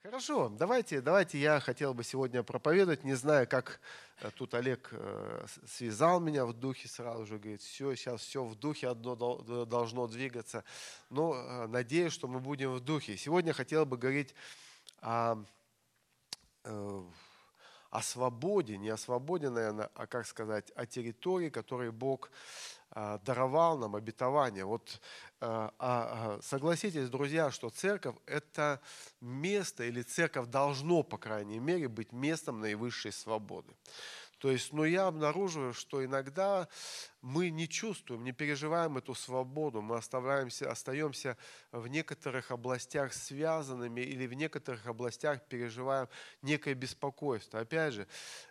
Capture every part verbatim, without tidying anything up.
Хорошо, давайте, давайте я хотел бы сегодня проповедовать. Не знаю, как э, тут Олег э, с- связал меня в духе, сразу же говорит, все, сейчас все в духе одно дол- д- должно двигаться. Но э, надеюсь, что мы будем в духе. Сегодня хотел бы говорить о, э, о свободе, не о свободе, наверное, а, как сказать, о территории, которой Бог а, даровал нам, обетование. Вот а, а, согласитесь, друзья, что церковь – это место, или церковь должно, по крайней мере, быть местом наивысшей свободы. То есть, ну, я обнаруживаю, что иногда мы не чувствуем, не переживаем эту свободу, мы оставляемся, остаемся в некоторых областях связанными или в некоторых областях переживаем некое беспокойство. Опять же,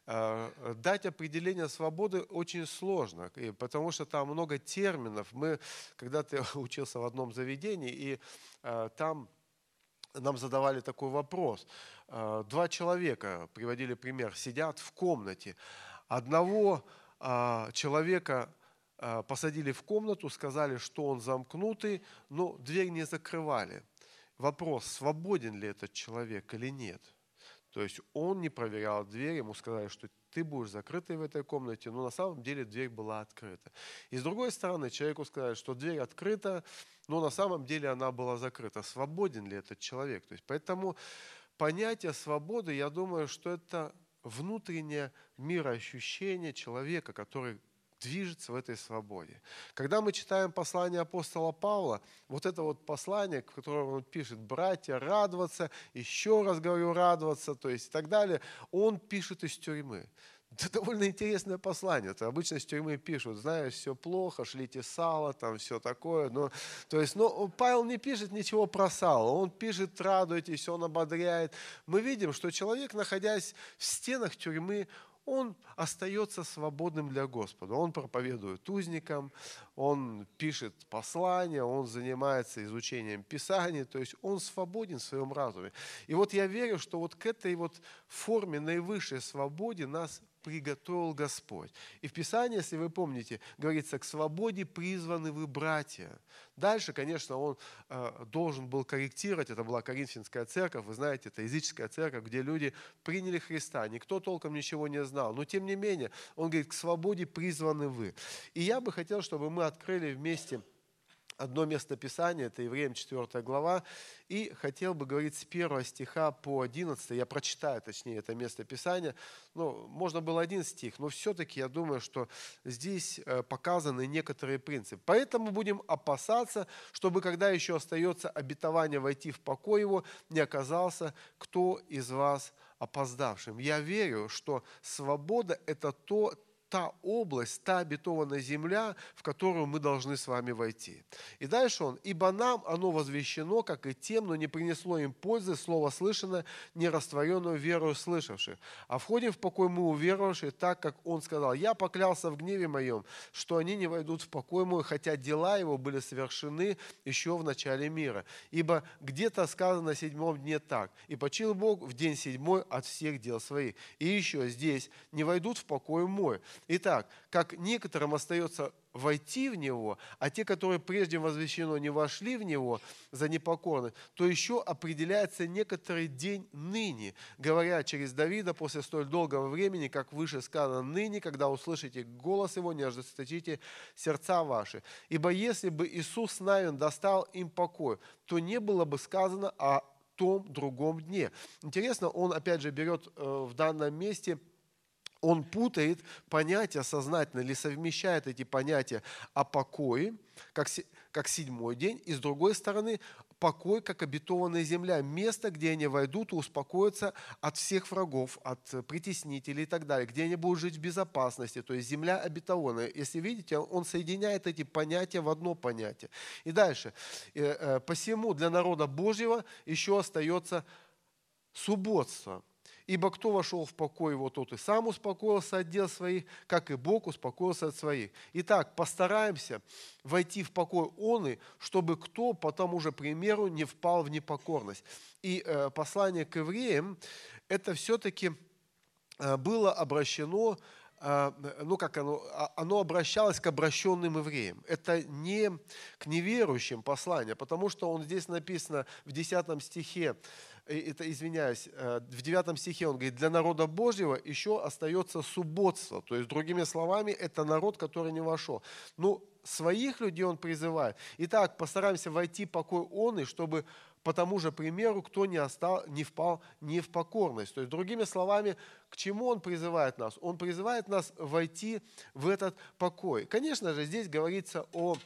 э, дать определение свободы очень сложно, и потому что там много терминов. Мы когда-то учился в одном заведении, и э, там нам задавали такой вопрос. Э, Два человека, приводили пример, сидят в комнате. Одного а, человека а, посадили в комнату, сказали, что он замкнутый, но дверь не закрывали. Вопрос, свободен ли этот человек или нет. То есть он не проверял дверь, ему сказали, что ты будешь закрытый в этой комнате, но на самом деле дверь была открыта. И с другой стороны, человеку сказали, что дверь открыта, но на самом деле она была закрыта. Свободен ли этот человек? То есть, поэтому понятие свободы, я думаю, что это внутреннее мироощущение человека, который движется в этой свободе. Когда мы читаем послание апостола Павла, вот это вот послание, в котором он пишет, братья, радоваться, еще раз говорю, радоваться, то есть и так далее, он пишет из тюрьмы. Это довольно интересное послание. Это обычно с тюрьмы пишут, знаешь, все плохо, шлите сало, там все такое. Но, то есть, но Павел не пишет ничего про сало, он пишет, радуйтесь, он ободряет. Мы видим, что человек, находясь в стенах тюрьмы, он остается свободным для Господа. Он проповедует узникам, он пишет послания, он занимается изучением Писаний, то есть он свободен в своем разуме. И вот я верю, что вот к этой вот форме наивысшей свободе нас приготовил Господь. И в Писании, если вы помните, говорится, к свободе призваны вы, братья. Дальше, конечно, он э, должен был корректировать, это была Коринфянская церковь, вы знаете, это языческая церковь, где люди приняли Христа, никто толком ничего не знал, но тем не менее, он говорит, к свободе призваны вы. И я бы хотел, чтобы мы открыли вместе одно место Писания, это Евреям четвёртая глава, и хотел бы говорить с первого стиха по одиннадцатый, я прочитаю, точнее, это место Писания, ну, можно было один стих, но все-таки я думаю, что здесь э, показаны некоторые принципы. Поэтому будем опасаться, чтобы, когда еще остается обетование войти в покой его, не оказался кто из вас опоздавшим. Я верю, что свобода – это то, та область, та обетованная земля, в которую мы должны с вами войти. И дальше он, ибо нам оно возвещено, как и тем, но не принесло им пользы, слово слышано, не растворенную верою слышавших. А входим в покой мы уверовавшие, так как он сказал, я поклялся в гневе моем, что они не войдут в покой мой, хотя дела его были совершены еще в начале мира. Ибо где-то сказано на седьмом дне так, и почил Бог в день седьмой от всех дел своих. И еще здесь, не войдут в покой мой. Итак, как некоторым остается войти в него, а те, которые прежде возвещено не вошли в него за непокорность, то еще определяется некоторый день ныне, говоря через Давида после столь долгого времени, как выше сказано, ныне, когда услышите голос его, не ожесточите сердца ваши. Ибо если бы Иисус Навин достал им покой, то не было бы сказано о том другом дне. Интересно, он опять же берет в данном месте, он путает понятия сознательно или совмещает эти понятия о покое, как, как седьмой день, и с другой стороны, покой, как обетованная земля, место, где они войдут и успокоятся от всех врагов, от притеснителей и так далее, где они будут жить в безопасности, то есть земля обетованная. Если видите, он соединяет эти понятия в одно понятие. И дальше. Посему для народа Божьего еще остается субботство. Ибо кто вошел в покой его, тот и сам успокоился от дел своих, как и Бог успокоился от своих. Итак, постараемся войти в покой он и, чтобы кто по тому же примеру не впал в непокорность. И э, послание к евреям, это все-таки э, было обращено ну как оно, оно обращалось к обращенным евреям. Это не к неверующим послание, потому что он здесь написано в десятом стихе, это, извиняюсь, в девятом стихе он говорит, для народа Божьего еще остается субботство. То есть, другими словами, это народ, который не вошел. Ну, своих людей он призывает. Итак, постараемся войти в покой он, и чтобы по тому же примеру, кто не, остал, не впал не в покорность. То есть, другими словами, к чему он призывает нас? Он призывает нас войти в этот покой. Конечно же, здесь говорится о,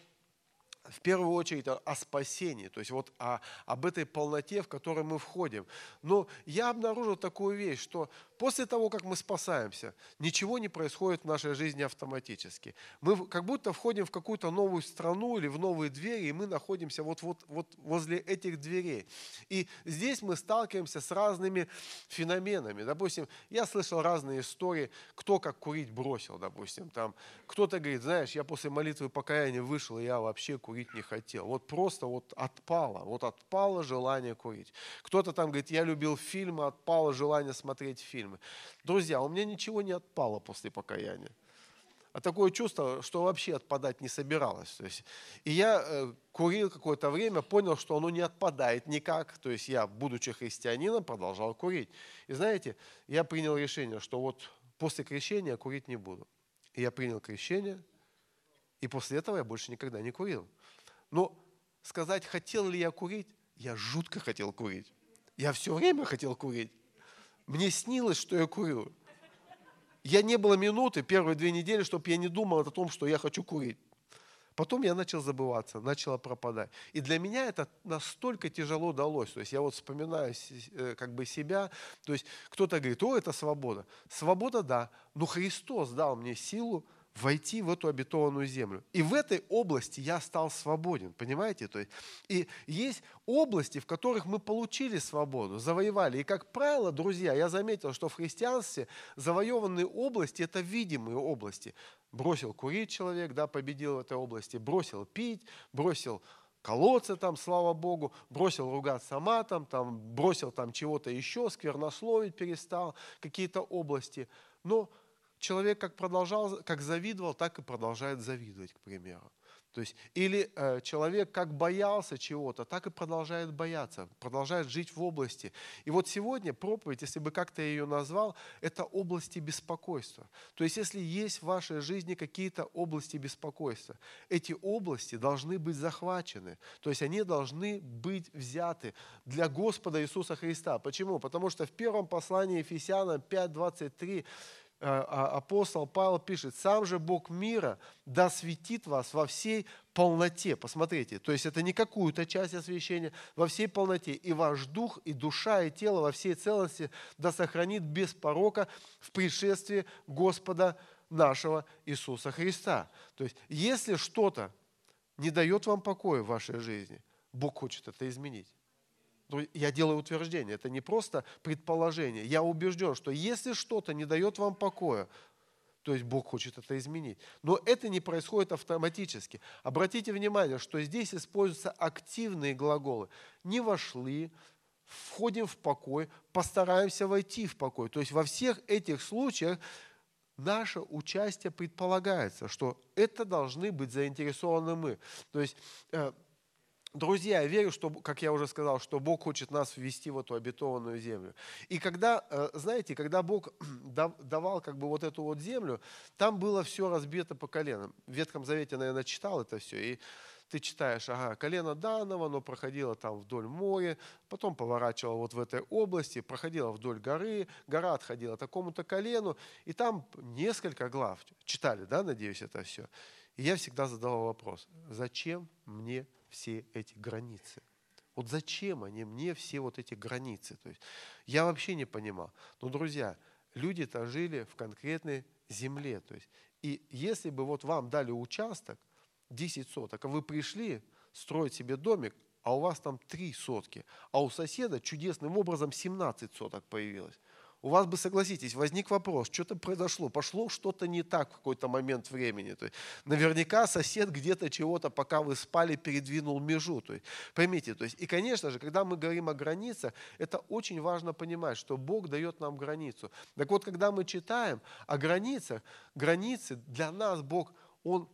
в первую очередь о, о спасении, то есть вот о, об этой полноте, в которую мы входим. Но я обнаружил такую вещь, что после того, как мы спасаемся, ничего не происходит в нашей жизни автоматически. Мы как будто входим в какую-то новую страну или в новые двери, и мы находимся вот, вот, вот возле этих дверей. И здесь мы сталкиваемся с разными феноменами. Допустим, я слышал разные истории, кто как курить бросил, допустим. Там кто-то говорит, знаешь, я после молитвы покаяния вышел, и я вообще курить не хотел. Вот просто вот отпало, вот отпало желание курить. Кто-то там говорит, я любил фильмы, отпало желание смотреть фильмы. Друзья, у меня ничего не отпало после покаяния. А такое чувство, что вообще отпадать не собиралось. То есть, и я э, курил какое-то время, понял, что оно не отпадает никак. То есть я, будучи христианином, продолжал курить. И знаете, я принял решение, что вот после крещения курить не буду. И я принял крещение, и после этого я больше никогда не курил. Но сказать, хотел ли я курить, я жутко хотел курить. Я все время хотел курить. Мне снилось, что я курю. Я не было минуты, первые две недели, чтобы я не думал о том, что я хочу курить. Потом я начал забываться, начало пропадать. И для меня это настолько тяжело далось. То есть я вот вспоминаю как бы себя. То есть кто-то говорит, о, это свобода. Свобода, да, но Христос дал мне силу войти в эту обетованную землю. И в этой области я стал свободен, понимаете? То есть, и есть области, в которых мы получили свободу, завоевали. И, как правило, друзья, я заметил, что в христианстве завоеванные области – это видимые области. Бросил курить человек, да, победил в этой области, бросил пить, бросил колоться там, слава Богу, бросил ругаться матом, там, бросил там чего-то еще, сквернословить перестал, какие-то области. Но человек как продолжал, как завидовал, так и продолжает завидовать, к примеру. То есть, или э, человек как боялся чего-то, так и продолжает бояться, продолжает жить в области. И вот сегодня проповедь, если бы как-то я ее назвал, это области беспокойства. То есть, если есть в вашей жизни какие-то области беспокойства, эти области должны быть захвачены. То есть, они должны быть взяты для Господа Иисуса Христа. Почему? Потому что в первом послании Ефесянам пять двадцать три апостол Павел пишет, «Сам же Бог мира да осветит вас во всей полноте». Посмотрите, то есть это не какую-то часть освящения, во всей полноте. «И ваш дух, и душа, и тело во всей целости да сохранит без порока в пришествии Господа нашего Иисуса Христа». То есть если что-то не дает вам покоя в вашей жизни, Бог хочет это изменить. Я делаю утверждение, это не просто предположение. Я убежден, что если что-то не дает вам покоя, то есть Бог хочет это изменить. Но это не происходит автоматически. Обратите внимание, что здесь используются активные глаголы. Не вошли, входим в покой, постараемся войти в покой. То есть во всех этих случаях наше участие предполагается, что это должны быть заинтересованы мы. То есть друзья, я верю, что, как я уже сказал, что Бог хочет нас ввести в эту обетованную землю. И когда, знаете, когда Бог давал как бы вот эту вот землю, там было все разбито по коленам. В Ветхом Завете, наверное, читал это все, и ты читаешь, ага, колено Данова, оно проходило там вдоль моря, потом поворачивало вот в этой области, проходило вдоль горы, гора отходила такому-то колену, и там несколько глав. Читали, да, надеюсь, это все. И я всегда задавал вопрос, зачем мне все эти границы? Вот зачем они мне, все вот эти границы? То есть я вообще не понимал. Но, друзья, люди-то жили в конкретной земле. То есть, и если бы вот вам дали участок, десять соток, а вы пришли строить себе домик, а у вас там три сотки, а у соседа чудесным образом семнадцать соток появилось. У у вас бы, согласитесь, возник вопрос, что-то произошло, пошло что-то не так в какой-то момент времени. То есть, наверняка сосед где-то чего-то, пока вы спали, передвинул межу. То есть, поймите, то есть, и, конечно же, когда мы говорим о границах, это очень важно понимать, что Бог дает нам границу. Так вот, когда мы читаем о границах, границы для нас Бог, Он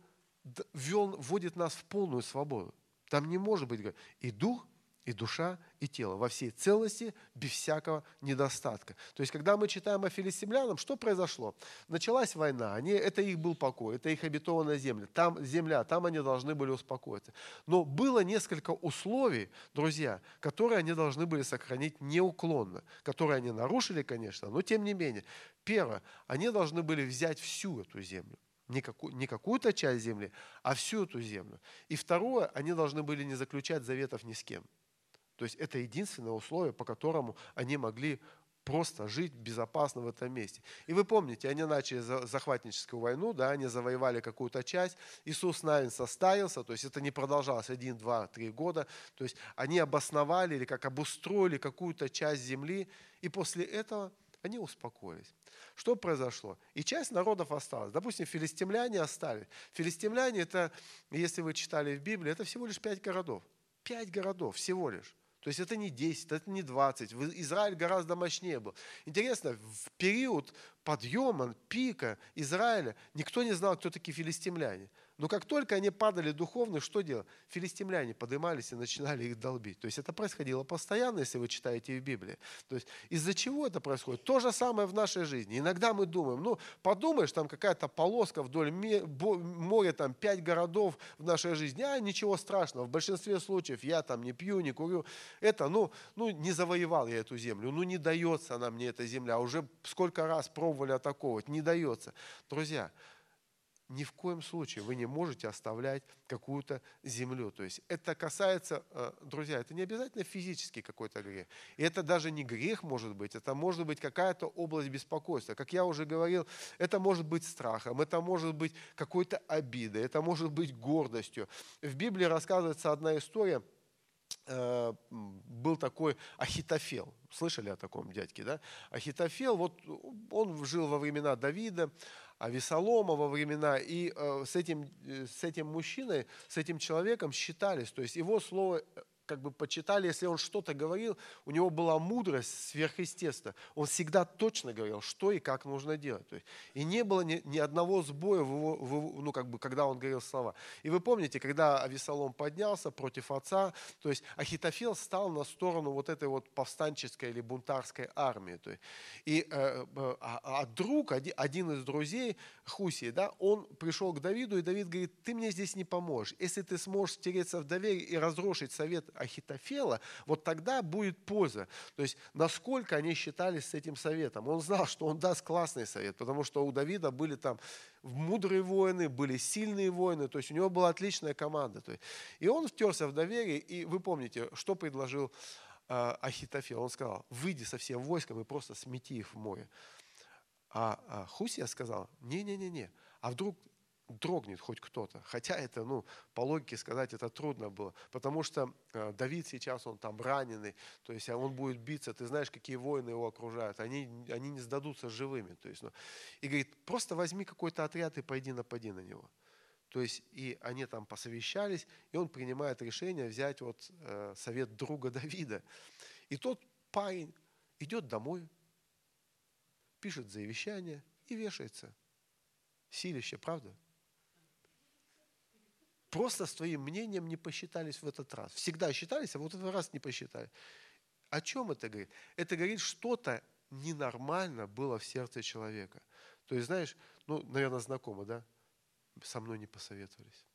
ввел, вводит нас в полную свободу. Там не может быть и дух, и душа, и тело во всей целости, без всякого недостатка. То есть, когда мы читаем о филистимлянам, что произошло? Началась война, они, это их был покой, это их обетованная земля. Там земля, там они должны были успокоиться. Но было несколько условий, друзья, которые они должны были сохранить неуклонно, которые они нарушили, конечно, но тем не менее. Первое, они должны были взять всю эту землю. Не, какую, не какую-то часть земли, а всю эту землю. И второе, они должны были не заключать заветов ни с кем. То есть это единственное условие, по которому они могли просто жить безопасно в этом месте. И вы помните, они начали захватническую войну, да, они завоевали какую-то часть, Иисус Навин состарился, то есть это не продолжалось один, два, три года, то есть они обосновали или как обустроили какую-то часть земли, и после этого они успокоились. Что произошло? И часть народов осталась. Допустим, филистимляне остались. Филистимляне, это, если вы читали в Библии, это всего лишь пять городов. Пять городов всего лишь. То есть это не десять, это не двадцать. Израиль гораздо мощнее был. Интересно, в период подъема, пика Израиля никто не знал, кто такие филистимляне. Но как только они падали духовно, что делали? Филистимляне поднимались и начинали их долбить. То есть это происходило постоянно, если вы читаете в Библии. То есть из-за чего это происходит? То же самое в нашей жизни. Иногда мы думаем, ну подумаешь, там какая-то полоска вдоль моря, там пять городов в нашей жизни. А, ничего страшного. В большинстве случаев я там не пью, не курю. Это, ну, ну не завоевал я эту землю. Ну не дается она мне эта земля. Уже сколько раз пробовали атаковывать. Не дается. Друзья, ни в коем случае вы не можете оставлять какую-то землю. То есть это касается, друзья, это не обязательно физический какой-то грех. И это даже не грех может быть, это может быть какая-то область беспокойства. Как я уже говорил, это может быть страхом, это может быть какой-то обидой, это может быть гордостью. В Библии рассказывается одна история. Был такой Ахитофел. Слышали о таком дядьке, да? Ахитофел, вот он жил во времена Давида, Авесолома во времена, и э, с, этим, с этим мужчиной, с этим человеком считались, то есть его слово как бы почитали, если он что-то говорил, у него была мудрость сверхъестественная. Он всегда точно говорил, что и как нужно делать. То есть, и не было ни, ни одного сбоя, в его, в его, ну, как бы, когда он говорил слова. И вы помните, когда Авесолом поднялся против отца, то есть Ахитофел стал на сторону вот этой вот повстанческой или бунтарской армии. То есть, и э, а, а друг, один, один из друзей, Хусии, да, он пришел к Давиду, и Давид говорит, ты мне здесь не поможешь. Если ты сможешь втереться в доверие и разрушить совет Ахитофела, вот тогда будет польза. То есть, насколько они считались с этим советом. Он знал, что он даст классный совет, потому что у Давида были там мудрые воины, были сильные воины, то есть у него была отличная команда. То есть, и он втерся в доверие, и вы помните, что предложил э, Ахитофел. Он сказал, выйди со всем войском и просто смети их в море. А, а Хусия сказал, не-не-не-не, а вдруг дрогнет хоть кто-то. Хотя это, ну, по логике сказать, это трудно было. Потому что э, Давид сейчас, он там раненый, то есть он будет биться, ты знаешь, какие воины его окружают, они, они не сдадутся живыми. То есть, ну, и говорит, просто возьми какой-то отряд и пойди напади на него. То есть и они там посовещались, и он принимает решение взять вот э, совет друга Давида. И тот парень идет домой, пишет завещание и вешается. Силище, правда? Просто с твоим мнением не посчитались в этот раз. Всегда считались, а вот этот раз не посчитали. О чем это говорит? Это говорит, что-то ненормально было в сердце человека. То есть, знаешь, ну, наверное, знакомо, да? Со мной не посоветовались.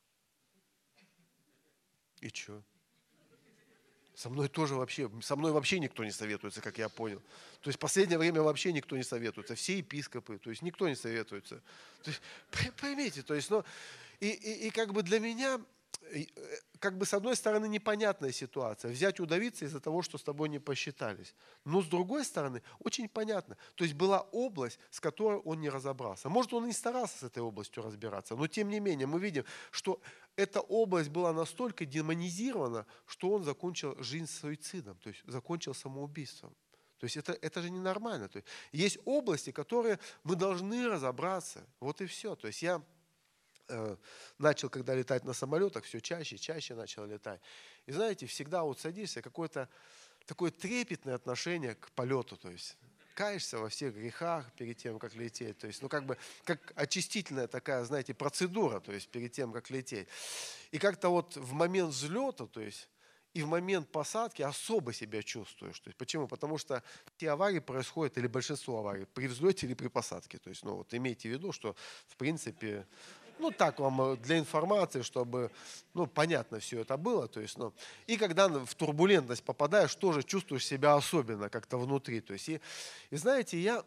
И что? Со мной тоже вообще, со мной вообще никто не советуется, как я понял. То есть в последнее время вообще никто не советуется. Все епископы, то есть никто не советуется. То есть, поймите, то есть, ну, и, и, и как бы для меня, как бы с одной стороны непонятная ситуация. Взять удавиться из-за того, что с тобой не посчитались. Но с другой стороны очень понятно. То есть была область, с которой он не разобрался. Может, он и не старался с этой областью разбираться, но тем не менее мы видим, что эта область была настолько демонизирована, что он закончил жизнь суицидом, то есть закончил самоубийством. То есть это, это же ненормально. То есть, есть области, которые мы должны разобраться. Вот и все. То есть я э, начал, когда летать на самолетах, все чаще, чаще начал летать. И знаете, всегда вот садишься, какое-то такое трепетное отношение к полету. То есть каешься во всех грехах перед тем, как лететь. То есть, ну, как бы, как очистительная такая, знаете, процедура, то есть, перед тем, как лететь. И как-то вот в момент взлета, то есть, и в момент посадки особо себя чувствуешь. То есть, почему? Потому что те аварии происходят, или большинство аварий, при взлете или при посадке. То есть, ну, вот имейте в виду, что, в принципе, ну, так вам э, для информации, чтобы, ну, понятно все это было. То есть, ну, и когда в турбулентность попадаешь, тоже чувствуешь себя особенно как-то внутри. То есть, и, и знаете, я,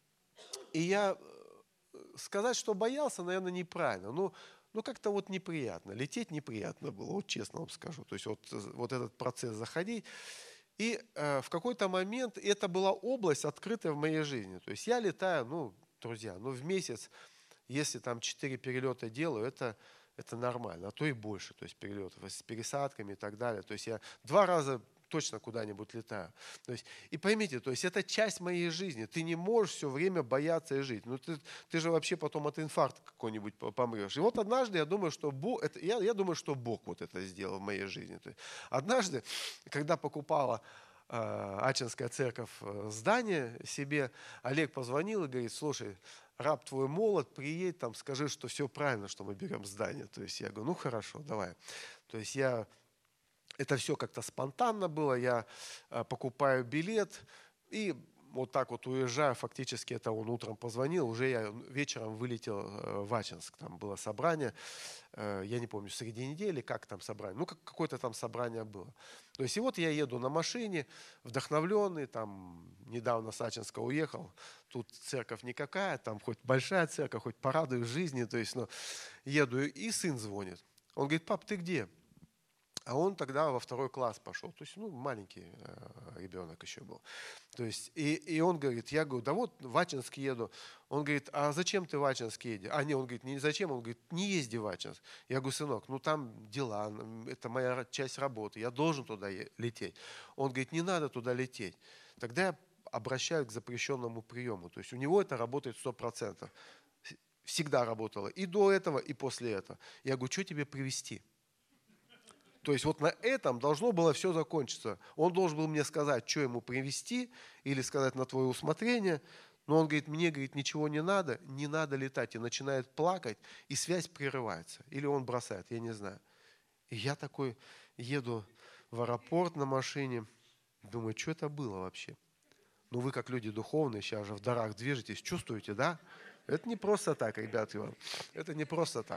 и я сказать, что боялся, наверное, неправильно. Ну, ну как-то вот неприятно. Лететь неприятно было, вот честно вам скажу. То есть вот, вот этот процесс заходить. И э, в какой-то момент это была область, открытая в моей жизни. То есть я летаю, ну, друзья, ну в месяц, если там четыре перелета делаю, это, это нормально, а то и больше, то есть перелетов с пересадками и так далее. То есть я два раза точно куда-нибудь летаю. То есть, и поймите, то есть это часть моей жизни. Ты не можешь все время бояться и жить. Ну, ты, ты же вообще потом от инфаркта какой-нибудь помрешь. И вот однажды я думаю, что Бог, это, я, я думаю, что Бог вот это сделал в моей жизни. То есть, однажды, когда покупала э, Ачинская церковь э, здание себе, Олег позвонил и говорит: слушай, раб твой молод, приедь, там, скажи, что все правильно, что мы берем здание. То есть я говорю: ну хорошо, давай. То есть я это все как-то спонтанно было. Я э, покупаю билет и вот так вот уезжаю. Фактически это он утром позвонил. Уже я вечером вылетел э, в Ачинск. Там было собрание. Э, я не помню, среди недели, как там собрание. Ну, как, какое-то там собрание было. То есть и вот я еду на машине, вдохновленный. Там недавно с Ачинска уехал. Тут церковь никакая. Там хоть большая церковь, хоть порадуюсь жизни. То есть, ну, еду, и сын звонит. Он говорит: пап, ты где? А он тогда во второй класс пошел. То есть, ну, маленький э, ребенок еще был. То есть, и, и он говорит, я говорю: да вот в Ачинск еду. Он говорит: а зачем ты в Ачинск едешь? А, не, он говорит: не зачем, он говорит: не езди в Ачинск. Я говорю: сынок, ну там дела, это моя часть работы, я должен туда лететь. Он говорит: не надо туда лететь. Тогда я обращаюсь к запрещенному приему. То есть у него это работает сто процентов. Всегда работало и до этого, и после этого. Я говорю: что тебе привезти? То есть вот на этом должно было все закончиться. Он должен был мне сказать, что ему привезти, или сказать на твое усмотрение. Но он говорит: мне, говорит, ничего не надо, не надо летать. И начинает плакать, и связь прерывается. Или он бросает, я не знаю. И я такой еду в аэропорт на машине, думаю, что это было вообще? Ну вы как люди духовные, сейчас же в дарах движетесь, чувствуете, да? Это не просто так, ребят, Иван. Это не просто так.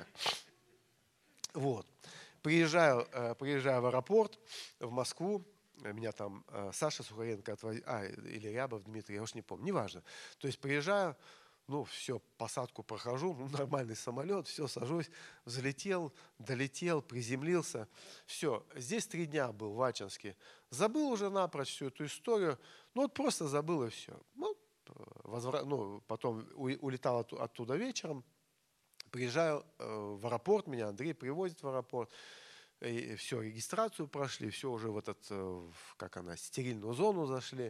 Вот. Приезжаю, э, приезжаю в аэропорт в Москву, меня там э, Саша Сухаренко отвозил, а, или Рябов Дмитрий, я уж не помню, неважно. То есть приезжаю, ну все, посадку прохожу, ну, нормальный самолет, все, сажусь, взлетел, долетел, приземлился. Все, здесь три дня был в Ачинске. Забыл уже напрочь всю эту историю, ну вот просто забыл и все. Ну, возвра... ну, потом у... улетал от... оттуда вечером. Приезжаю э, в аэропорт, меня Андрей привозит в аэропорт, и все, регистрацию прошли, все уже в этот, э, как она, стерильную зону зашли.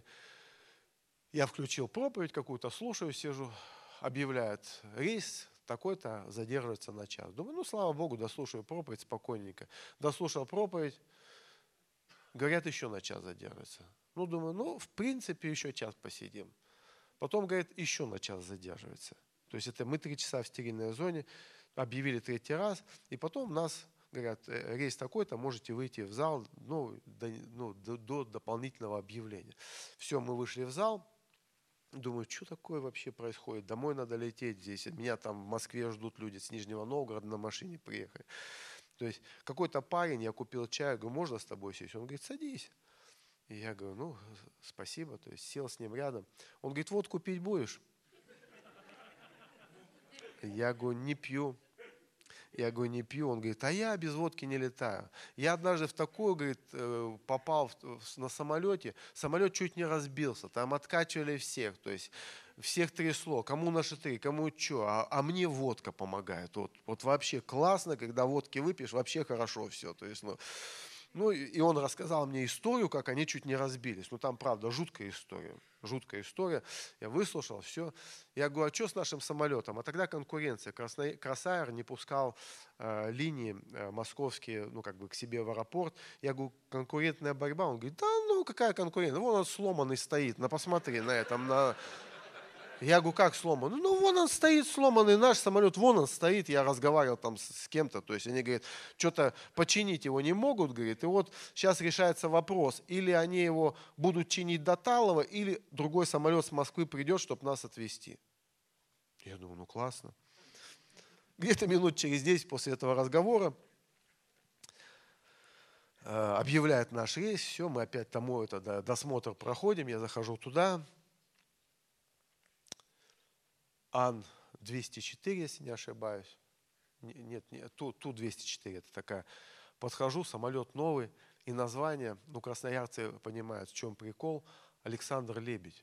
Я включил проповедь какую-то, слушаю, сижу, объявляют: рейс такой-то задерживается на час. Думаю, ну, слава Богу, дослушаю проповедь спокойненько. Дослушал проповедь, говорят, еще на час задерживается. Ну, думаю, ну, в принципе, еще час посидим. Потом, говорят, еще на час задерживается. То есть это мы три часа в стерильной зоне, объявили третий раз, и потом нас говорят: рейс такой-то, можете выйти в зал, ну, до, ну, до, до дополнительного объявления. Все, мы вышли в зал, думаю, что такое вообще происходит, домой надо лететь здесь, меня там в Москве ждут люди с Нижнего Новгорода, на машине приехали. То есть какой-то парень, я купил чай, говорю: можно с тобой сесть? Он говорит: садись. И я говорю: ну, спасибо, то есть сел с ним рядом. Он говорит: водку пить будешь? Я говорю: не пью. Я говорю: не пью. Он говорит: а я без водки не летаю. Я однажды в такую, говорит, попал в, на самолете. Самолет чуть не разбился. Там откачивали всех. То есть всех трясло. Кому на шатырь, кому что. А, а мне водка помогает. Вот, вот вообще классно, когда водки выпьешь, вообще хорошо все. То есть, ну, Ну, и он рассказал мне историю, как они чуть не разбились. Ну, там, правда, жуткая история. Жуткая история. Я выслушал, все. Я говорю, а что с нашим самолетом? А тогда конкуренция. Красный, Красаир не пускал э, линии э, московские, ну, как бы к себе в аэропорт. Я говорю, конкурентная борьба. Он говорит, да ну, какая конкуренция? Вон он сломанный стоит. На, посмотри на этом, на... Я говорю, как сломанный? Ну, вон он стоит сломанный, наш самолет, вон он стоит. Я разговаривал там с, с кем-то, то есть они говорят, что-то починить его не могут, говорит, и вот сейчас решается вопрос, или они его будут чинить до Талова, или другой самолет с Москвы придет, чтобы нас отвезти. Я думаю, ну классно. Где-то минут через десять после этого разговора э, объявляют наш рейс, все, мы опять тому это, да, досмотр проходим, я захожу туда, Ан двести четыре, если не ошибаюсь. Нет, нет, Ту, Ту двести четыре, это такая. Подхожу, самолет новый, и название, ну, красноярцы понимают, в чем прикол, Александр Лебедь.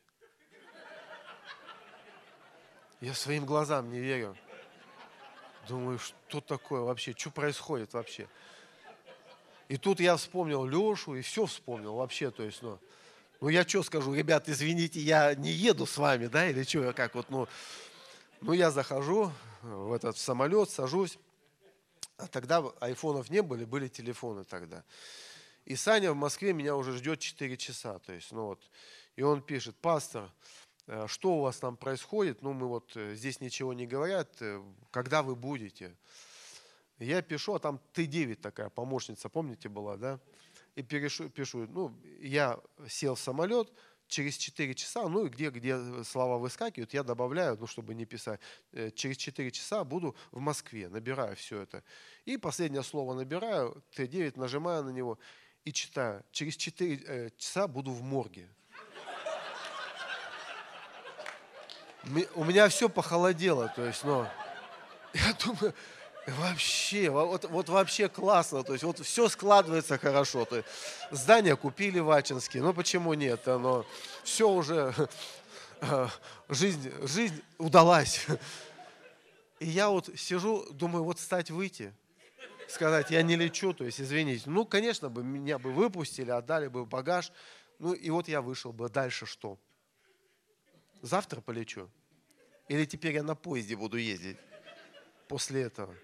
Я своим глазам не верю. Думаю, что такое вообще, что происходит вообще? И тут я вспомнил Лешу, и все вспомнил вообще, то есть, ну, ну я что скажу, ребят, извините, я не еду с вами, да, или что, как вот, ну, Ну, я захожу в этот самолет, сажусь. А тогда айфонов не были, были телефоны тогда. И Саня в Москве меня уже ждет четыре часа. То есть, ну вот. И он пишет, пастор, э, что у вас там происходит? Ну, мы вот, э, здесь ничего не говорят. э, Когда вы будете? Я пишу, а там Т девять такая помощница, помните, была, да? И пишу, пишу, ну, я сел в самолет, через четыре часа, ну и где, где слова выскакивают, я добавляю, ну, чтобы не писать, э, через четыре часа буду в Москве, набираю все это. И последнее слово набираю, Т девять, нажимаю на него и читаю, через четыре э, часа буду в морге. Ме- У меня все похолодело, то есть, ну, я думаю, вообще, во- вот, вот вообще классно, то есть вот все складывается хорошо. То есть здание купили в Ачинске, ну почему нет? Оно все уже, э, жизнь, жизнь удалась. И я вот сижу, думаю, вот встать, выйти, сказать, я не лечу, то есть извините. Ну, конечно бы, меня бы выпустили, отдали бы багаж. Ну и вот я вышел бы, дальше что? Завтра полечу? Или теперь я на поезде буду ездить после этого?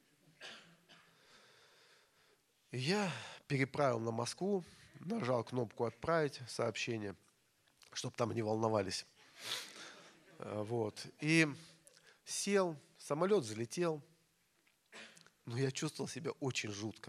И я переправил на Москву, нажал кнопку «Отправить сообщение», чтобы там не волновались. Э, Вот. И сел, самолет взлетел, но я чувствовал себя очень жутко.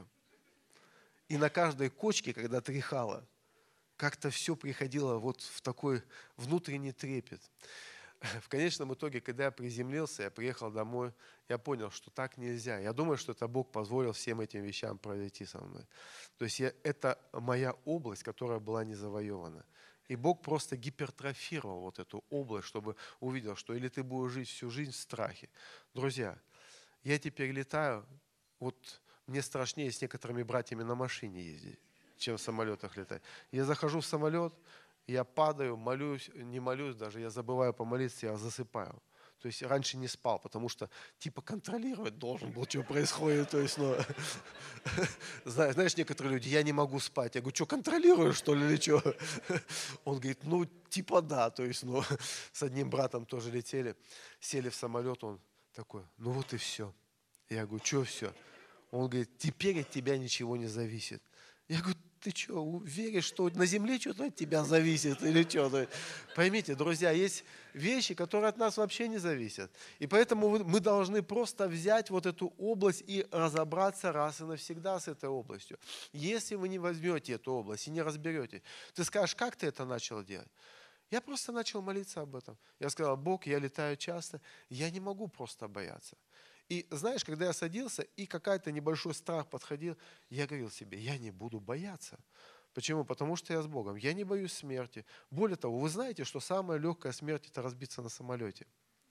И на каждой кочке, когда тряхало, как-то все приходило вот в такой внутренний трепет. В конечном итоге, когда я приземлился, я приехал домой, я понял, что так нельзя. Я думаю, что это Бог позволил всем этим вещам произойти со мной. То есть я, это моя область, которая была не завоевана. И Бог просто гипертрофировал вот эту область, чтобы увидел, что или ты будешь жить всю жизнь в страхе. Друзья, я теперь летаю, вот мне страшнее с некоторыми братьями на машине ездить, чем в самолетах летать. Я захожу в самолет, я падаю, молюсь, не молюсь даже, я забываю помолиться, я засыпаю. То есть раньше не спал, потому что типа контролировать должен был, что происходит. То есть, ну, знаешь, знаешь, некоторые люди, я не могу спать. Я говорю, что, контролируешь, что ли, или что? Он говорит, ну, типа да. То есть, ну, с одним братом тоже летели, сели в самолет, он такой, ну вот и все. Я говорю, что все? Он говорит, теперь от тебя ничего не зависит. Я говорю, ты что, веришь, что на земле что-то от тебя зависит или что? Поймите, друзья, есть вещи, которые от нас вообще не зависят. И поэтому мы должны просто взять вот эту область и разобраться раз и навсегда с этой областью. Если вы не возьмете эту область и не разберете, ты скажешь, как ты это начал делать? Я просто начал молиться об этом. Я сказал, Бог, я летаю часто, я не могу просто бояться. И знаешь, когда я садился, и какой-то небольшой страх подходил, я говорил себе, я не буду бояться. Почему? Потому что я с Богом. Я не боюсь смерти. Более того, вы знаете, что самая легкая смерть – это разбиться на самолете?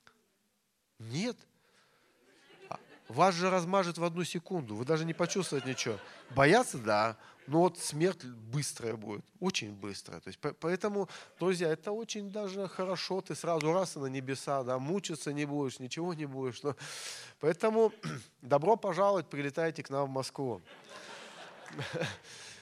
Нет. Вас же размажет в одну секунду. Вы даже не почувствуете ничего. Бояться – да. Но вот смерть быстрая будет. Очень быстрая. То есть, поэтому, друзья, это очень даже хорошо. Ты сразу раз и на небеса, да, мучиться не будешь, ничего не будешь. Но, поэтому добро пожаловать, прилетайте к нам в Москву.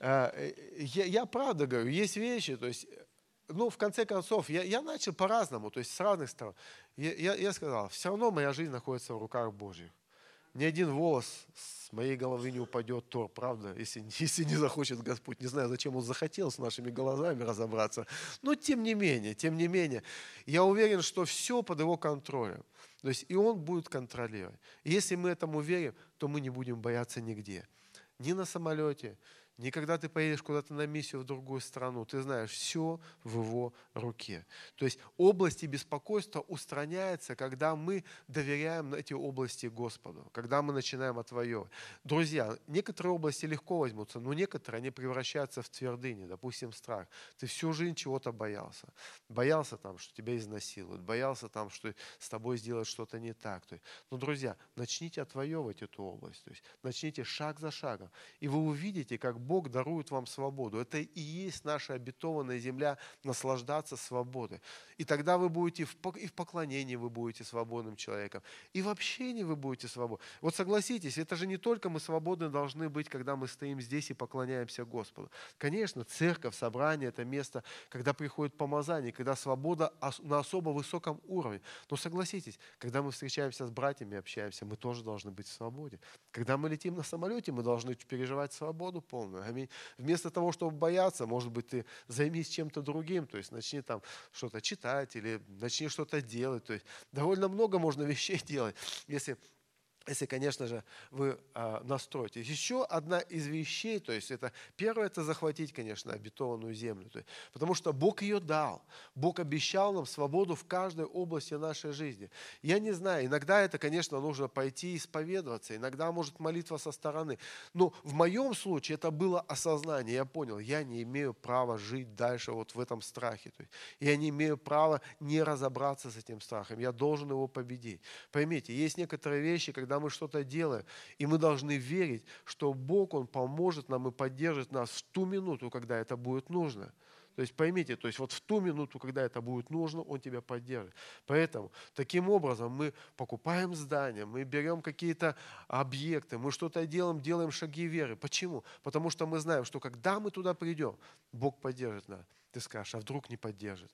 э, я, я правда говорю, есть вещи, то есть, ну, в конце концов, я, я начал по-разному, то есть с разных сторон. Я, я, я сказал, все равно моя жизнь находится в руках Божьих. Ни один волос с моей головы не упадет, Тор, правда, если, если не захочет Господь. Не знаю, зачем Он захотел с нашими глазами разобраться. Но тем не менее, тем не менее, я уверен, что все под Его контролем. То есть и Он будет контролировать. И если мы этому верим, то мы не будем бояться нигде. Ни на самолете, ни когда ты поедешь куда-то на миссию в другую страну. Ты знаешь, все в Его руке. То есть области беспокойства устраняются, когда мы доверяем эти области Господу, когда мы начинаем отвоевывать. Друзья, некоторые области легко возьмутся, но некоторые, они превращаются в твердыни, допустим, страх. Ты всю жизнь чего-то боялся. Боялся там, что тебя изнасилуют, боялся там, что с тобой сделают что-то не так. То есть, ну, друзья, начните отвоевывать эту область. То есть, начните шаг за шагом. И вы увидите, как Бог дарует вам свободу. Это и есть наша обетованная земля, наслаждаться свободой. И тогда вы будете, и в поклонении вы будете свободным человеком, и в общении вы будете свободны. Вот согласитесь, это же не только мы свободны должны быть, когда мы стоим здесь и поклоняемся Господу. Конечно, церковь, собрание – это место, когда приходит помазание, когда свобода на особо высоком уровне. Но согласитесь, когда мы встречаемся с братьями, общаемся, мы тоже должны быть в свободе. Когда мы летим на самолете, мы должны переживать свободу полную. Аминь. Вместо того, чтобы бояться, может быть, ты займись чем-то другим, то есть начни там что-то читать или начни что-то делать. То есть довольно много можно вещей делать, если... Если, конечно же, вы э, настроитесь. Еще одна из вещей, то есть это первое, это захватить, конечно, обетованную землю. То есть, потому что Бог ее дал. Бог обещал нам свободу в каждой области нашей жизни. Я не знаю, иногда это, конечно, нужно пойти исповедоваться, иногда, может, молитва со стороны. Но в моем случае это было осознание. Я понял, я не имею права жить дальше вот в этом страхе. То есть, я не имею права не разобраться с этим страхом. Я должен его победить. Поймите, есть некоторые вещи, когда Когда мы что-то делаем, и мы должны верить, что Бог, Он поможет нам и поддержит нас в ту минуту, когда это будет нужно. То есть поймите, то есть вот в ту минуту, когда это будет нужно, Он тебя поддержит. Поэтому таким образом мы покупаем здания, мы берем какие-то объекты, мы что-то делаем, делаем шаги веры. Почему? Потому что мы знаем, что когда мы туда придем, Бог поддержит нас. Ты скажешь, а вдруг не поддержит?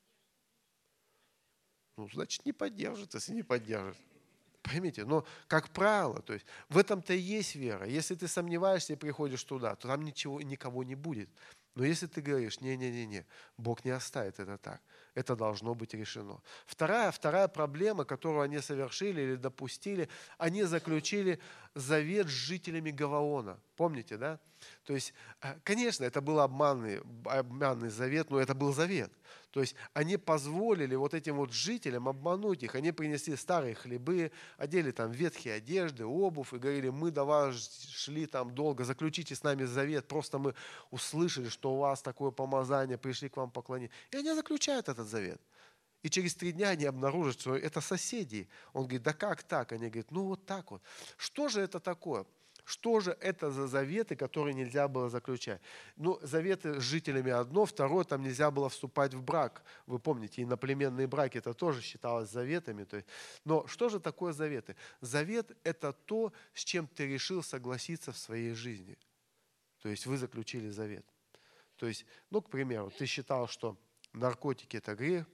Ну, значит, не поддержит, если не поддержит. Поймите, но, как правило, то есть в этом-то и есть вера. Если ты сомневаешься и приходишь туда, то там ничего, никого не будет. Но если ты говоришь, не-не-не-не, Бог не оставит это так, это должно быть решено. Вторая, вторая проблема, которую они совершили или допустили, они заключили завет с жителями Гаваона. Помните, да? То есть, конечно, это был обманный, обманный завет, но это был завет. То есть они позволили вот этим вот жителям обмануть их. Они принесли старые хлебы, одели там ветхие одежды, обувь и говорили, мы до вас шли там долго, заключите с нами завет. Просто мы услышали, что у вас такое помазание, пришли к вам поклониться. И они заключают этот завет. И через три дня они обнаружат, что это соседи. Он говорит, да как так? Они говорят, ну вот так вот. Что же это такое? Что же это за заветы, которые нельзя было заключать? Ну, заветы с жителями одно, второе, там нельзя было вступать в брак. Вы помните, иноплеменные браки, это тоже считалось заветами. То есть, но что же такое заветы? Завет – это то, с чем ты решил согласиться в своей жизни. То есть вы заключили завет. То есть, ну, к примеру, ты считал, что наркотики – это грех,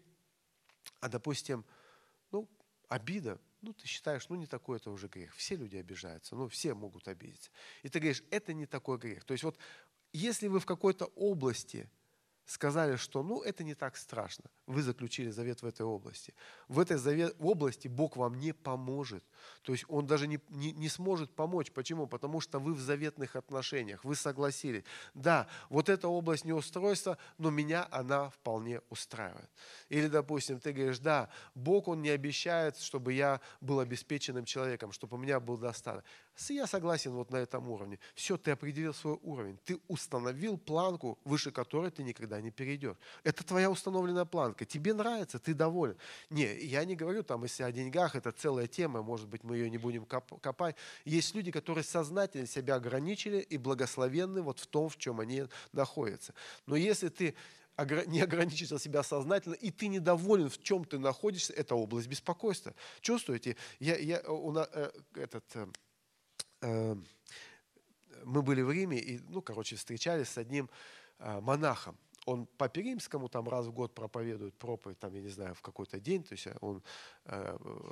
а, допустим, ну, обида, ну, ты считаешь, ну, не такой это уже грех. Все люди обижаются, ну, все могут обидеться. И ты говоришь, это не такой грех. То есть вот, если вы в какой-то области сказали, что, ну, это не так страшно, вы заключили завет в этой области. В этой завет, области Бог вам не поможет. То есть Он даже не, не, не сможет помочь. Почему? Потому что вы в заветных отношениях, вы согласились. Да, вот эта область неустройства, но меня она вполне устраивает. Или, допустим, ты говоришь, да, Бог, Он не обещает, чтобы я был обеспеченным человеком, чтобы у меня был достаток. Я согласен вот на этом уровне. Все, ты определил свой уровень. Ты установил планку, выше которой ты никогда не перейдешь. Это твоя установленная планка. Тебе нравится, ты доволен. Не, я не говорю там, если о деньгах, это целая тема, может быть, мы ее не будем копать. Есть люди, которые сознательно себя ограничили и благословенны вот в том, в чем они находятся. Но если ты не ограничил себя сознательно, и ты недоволен, в чем ты находишься, это область беспокойства. Чувствуете? Я, я, у нас, э, этот... Э, мы были в Риме и, ну, короче, встречались с одним э, монахом. Он папе римскому там раз в год проповедует проповедь, там, я не знаю, в какой-то день, то есть он, э,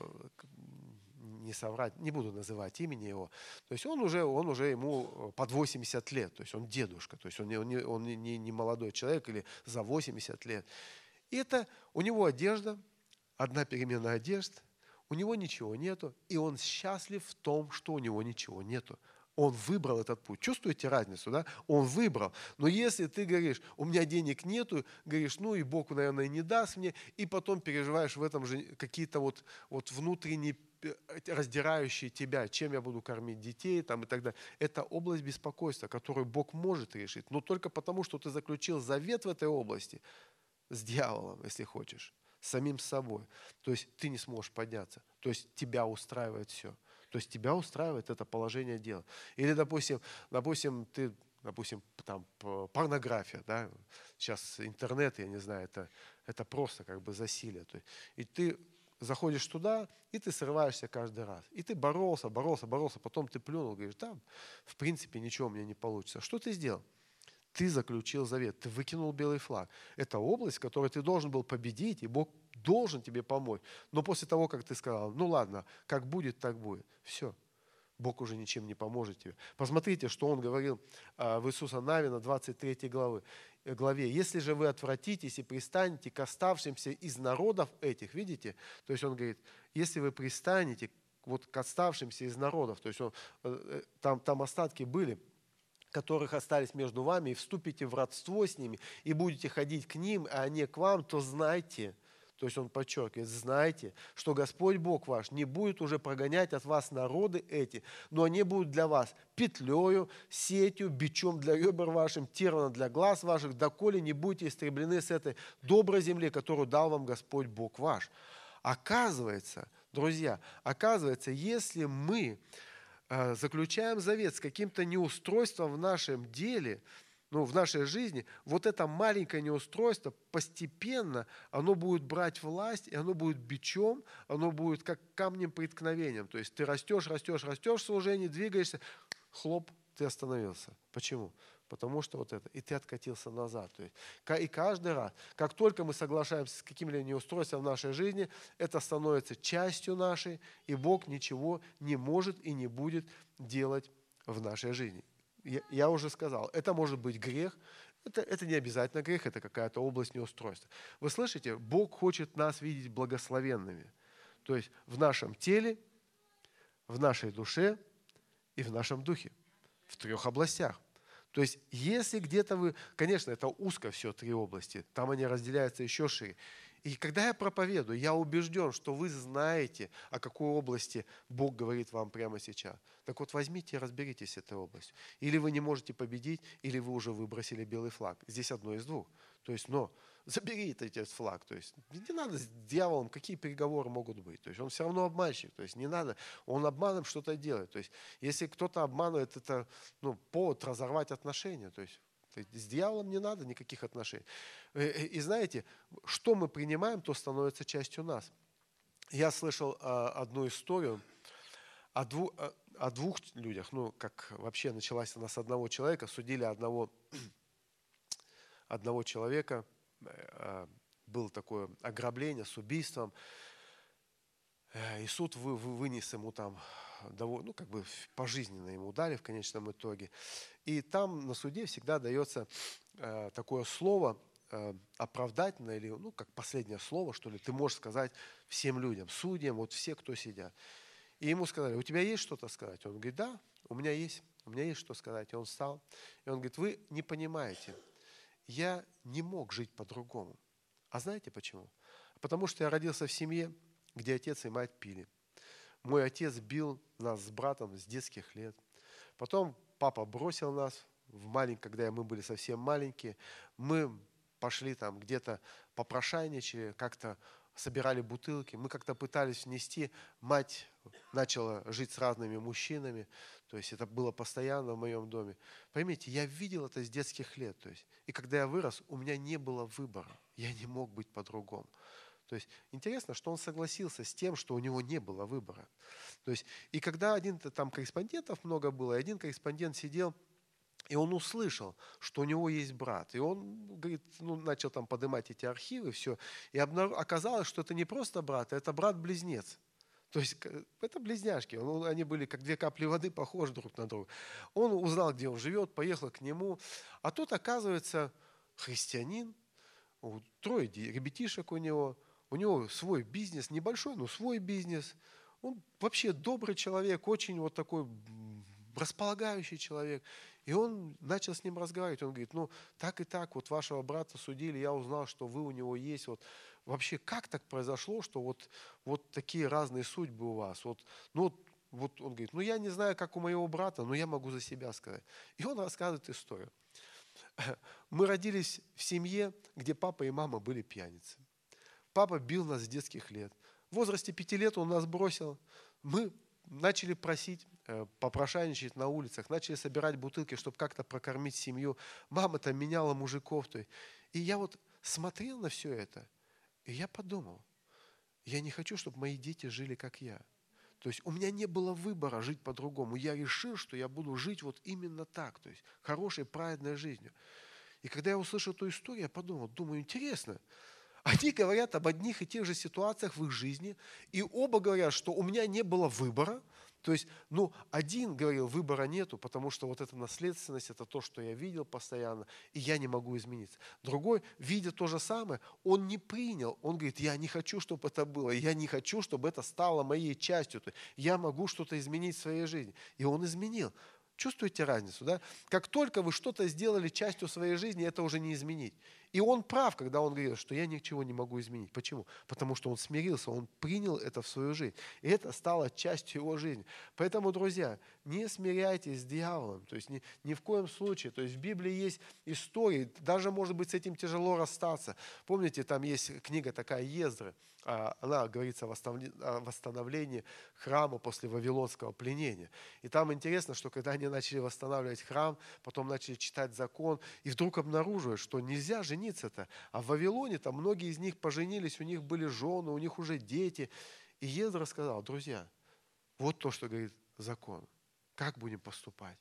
не соврать, не буду называть имени его, то есть он уже, он уже ему под восемьдесят лет, то есть он дедушка, то есть он не, он не, он не, не молодой человек или за восемьдесят лет. И это у него одежда, одна перемена одежд, у него ничего нету, и он счастлив в том, что у него ничего нету. Он выбрал этот путь. Чувствуете разницу, да? Он выбрал. Но если ты говоришь, у меня денег нету, говоришь, ну и Бог, наверное, не даст мне, и потом переживаешь в этом же какие-то вот, вот внутренние раздирающие тебя, чем я буду кормить детей там, и так далее. Это область беспокойства, которую Бог может решить, но только потому, что ты заключил завет в этой области с дьяволом, если хочешь, с самим собой. То есть ты не сможешь подняться. То есть тебя устраивает все. То есть тебя устраивает это положение дела. Или, допустим, допустим ты, допустим, там порнография, да, сейчас интернет, я не знаю, это, это просто как бы засилие. То есть, и ты заходишь туда, и ты срываешься каждый раз. И ты боролся, боролся, боролся, потом ты плюнул, говоришь, да, в принципе ничего у меня не получится. Что ты сделал? Ты заключил завет, ты выкинул белый флаг. Это область, в которой ты должен был победить, и Бог должен тебе помочь. Но после того, как ты сказал, ну ладно, как будет, так будет. Все, Бог уже ничем не поможет тебе. Посмотрите, что Он говорил а, в Иисуса Навина, двадцать третьей главы, главе. «Если же вы отвратитесь и пристанете к оставшимся из народов этих», видите? То есть Он говорит, если вы пристанете вот к оставшимся из народов, то есть он, там, там остатки были, которых остались между вами, и вступите в родство с ними, и будете ходить к ним, а не к вам, то знайте, то есть он подчеркивает, знайте, что Господь Бог ваш не будет уже прогонять от вас народы эти, но они будут для вас петлею, сетью, бичом для ребер вашим, терном для глаз ваших, доколе не будете истреблены с этой доброй земли, которую дал вам Господь Бог ваш. Оказывается, друзья, оказывается, если мы заключаем завет с каким-то неустройством в нашем деле, ну, в нашей жизни, вот это маленькое неустройство постепенно, оно будет брать власть, и оно будет бичом, оно будет как камнем преткновением. То есть ты растешь, растешь, растешь в служении, двигаешься, хлоп, ты остановился. Почему? Потому что вот это, и ты откатился назад. То есть, и каждый раз, как только мы соглашаемся с каким-либо неустройством в нашей жизни, это становится частью нашей, и Бог ничего не может и не будет делать в нашей жизни. Я, я уже сказал, это может быть грех, это, это не обязательно грех, это какая-то область неустройства. Вы слышите, Бог хочет нас видеть благословенными. То есть в нашем теле, в нашей душе и в нашем духе. В трех областях. То есть, если где-то вы, конечно, это узко все, три области, там они разделяются еще шире. И когда я проповедую, я убежден, что вы знаете, о какой области Бог говорит вам прямо сейчас. Так вот, возьмите и разберитесь с этой областью. Или вы не можете победить, или вы уже выбросили белый флаг. Здесь одно из двух. То есть, но заберите этот флаг. То есть, не надо с дьяволом, какие переговоры могут быть. То есть, он все равно обманщик. То есть, не надо, он обманом что-то делает. То есть, если кто-то обманывает, это ну, повод разорвать отношения. То есть, с дьяволом не надо никаких отношений. И знаете, что мы принимаем, то становится частью нас. Я слышал а, одну историю о, дву, о, о двух людях. Ну, как вообще началась она с одного человека. Судили одного, одного человека. А, было такое ограбление с убийством. И суд вы, вы, вынес ему там, ну, как бы пожизненно ему дали в конечном итоге. И там на суде всегда дается э, такое слово э, оправдательное, или ну, как последнее слово, что ли, ты можешь сказать всем людям, судьям, вот все, кто сидят. И ему сказали, у тебя есть что-то сказать? Он говорит, да, у меня есть, у меня есть что сказать. И он встал, и он говорит, вы не понимаете, я не мог жить по-другому. А знаете почему? Потому что я родился в семье, где отец и мать пили. Мой отец бил нас с братом с детских лет. Потом папа бросил нас, в малень... когда мы были совсем маленькие. Мы пошли там где-то попрошайничали, как-то собирали бутылки. Мы как-то пытались внести. Мать начала жить с разными мужчинами. То есть это было постоянно в моем доме. Поймите, я видел это с детских лет. То есть, и когда я вырос, у меня не было выбора. Я не мог быть по-другому. То есть интересно, что он согласился с тем, что у него не было выбора. То есть, и когда один, там корреспондентов много было, и один корреспондент сидел, и он услышал, что у него есть брат. И он, говорит, ну, начал там поднимать эти архивы, все. И обнар- оказалось, что это не просто брат, а это брат-близнец. То есть это близняшки. Он, они были как две капли воды, похожи друг на друга. Он узнал, где он живет, поехал к нему. А тот, оказывается, христианин, трое ребятишек у него. У него свой бизнес, небольшой, но свой бизнес. Он вообще добрый человек, очень вот такой располагающий человек. И он начал с ним разговаривать. Он говорит, ну так и так, вот вашего брата судили, я узнал, что вы у него есть. Вот вообще как так произошло, что вот, вот такие разные судьбы у вас? Вот, ну, вот, вот он говорит, ну я не знаю, как у моего брата, но я могу за себя сказать. И он рассказывает историю. Мы родились в семье, где папа и мама были пьяницы. Папа бил нас с детских лет. В возрасте пяти лет он нас бросил. Мы начали просить, попрошайничать на улицах, начали собирать бутылки, чтобы как-то прокормить семью. Мама там меняла мужиков. И я вот смотрел на все это, и я подумал, я не хочу, чтобы мои дети жили, как я. То есть у меня не было выбора жить по-другому. Я решил, что я буду жить вот именно так, то есть хорошей, праведной жизнью. И когда я услышал эту историю, я подумал, думаю, интересно, они говорят об одних и тех же ситуациях в их жизни, и оба говорят, что у меня не было выбора. То есть, ну, один говорил, выбора нету, потому что вот эта наследственность, это то, что я видел постоянно, и я не могу измениться. Другой, видя то же самое, он не принял. Он говорит, я не хочу, чтобы это было, я не хочу, чтобы это стало моей частью. То есть, я могу что-то изменить в своей жизни. И он изменил. Чувствуете разницу, да? Как только вы что-то сделали частью своей жизни, это уже не изменить. И он прав, когда он говорит, что я ничего не могу изменить. Почему? Потому что он смирился, он принял это в свою жизнь. И это стало частью его жизни. Поэтому, друзья, не смиряйтесь с дьяволом. То есть ни, ни в коем случае. То есть в Библии есть истории, даже, может быть, с этим тяжело расстаться. Помните, там есть книга такая Ездры. Она говорится о восстановлении храма после вавилонского пленения. И там интересно, что когда они начали восстанавливать храм, потом начали читать закон, и вдруг обнаруживают, что нельзя жениться-то. А в Вавилоне там многие из них поженились, у них были жены, у них уже дети. И Ездра сказал, друзья, вот то, что говорит закон. Как будем поступать?